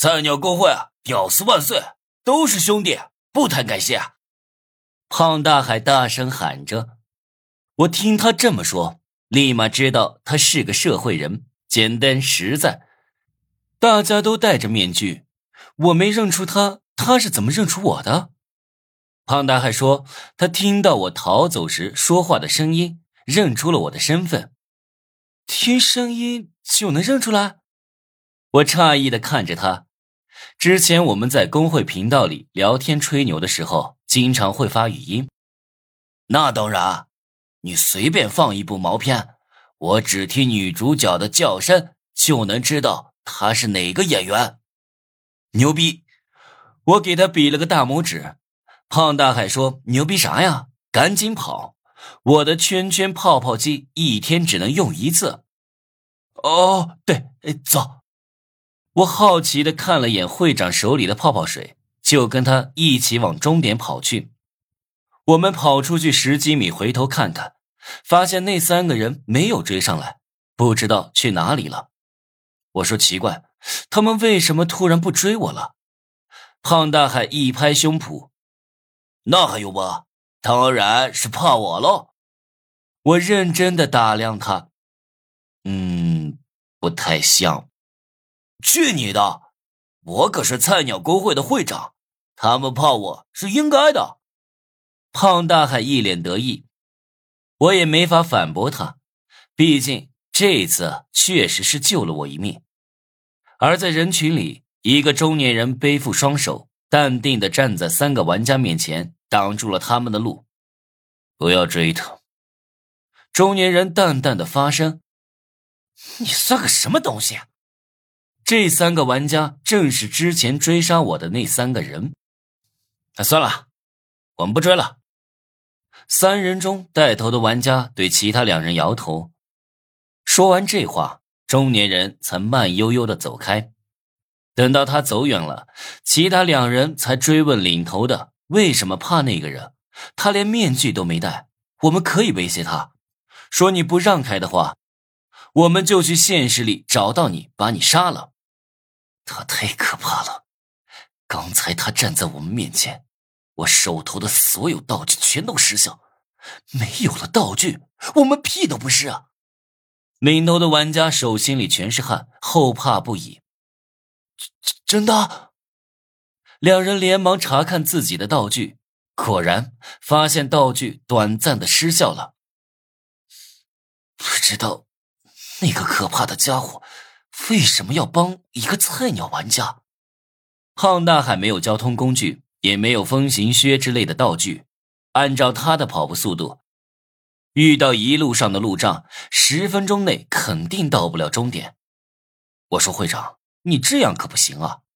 菜鸟工会，屌丝万岁，都是兄弟，不谈感谢。 胖大海大声喊着。我听他这么说，立马知道他是个社会人，简单实在。大家都戴着面具，我没认出他，他是怎么认出我的？胖大海说他听到我逃走时说话的声音，认出了我的身份。听声音就能认出来？我诧异地看着他。之前我们在工会频道里聊天吹牛的时候，经常会发语音。 那当然，你随便放一部毛片，我只听女主角的叫声就能知道她是哪个演员。 牛逼！我给他比了个大拇指。胖大海说牛逼啥呀？赶紧跑！我的圈圈泡泡机一天只能用一次。 哦，对，走。 我好奇地看了眼会长手里的泡泡水，就跟他一起往终点跑去。我们跑出去10几米，回头看看，发现那3个人没有追上来，不知道去哪里了。我说奇怪，他们为什么突然不追我了？胖大海一拍胸脯， 那还有吗？当然是怕我喽。 我认真地打量他，不太像。 去你的！我可是菜鸟工会的会长，他们怕我是应该的。 胖大海一脸得意，我也没法反驳他，毕竟这次确实是救了我一命。而在人群里，一个中年人背负双手，淡定地站在3个玩家面前，挡住了他们的路。不要追他。中年人淡淡的发声。 你算个什么东西？ 这3个玩家正是之前追杀我的那3个人。 算了，我们不追了。 3人中带头的玩家对其他2人摇头。说完这话，中年人才慢悠悠地走开。等到他走远了，其他2人才追问领头的为什么怕那个人。他连面具都没戴，我们可以威胁他，说你不让开的话，我们就去现实里找到你，把你杀了。他太可怕了，刚才他站在我们面前，我手头的所有道具全都失效，没有了道具，我们屁都不是啊！领头的玩家手心里全是汗，后怕不已。 真的 ？2人连忙查看自己的道具，果然发现道具短暂的失效了。不知道那个可怕的家伙为什么要帮一个菜鸟玩家？胖大海没有交通工具，也没有风行靴之类的道具，按照他的跑步速度，遇到一路上的路障，10分钟内肯定到不了终点。我说会长，你这样可不行啊！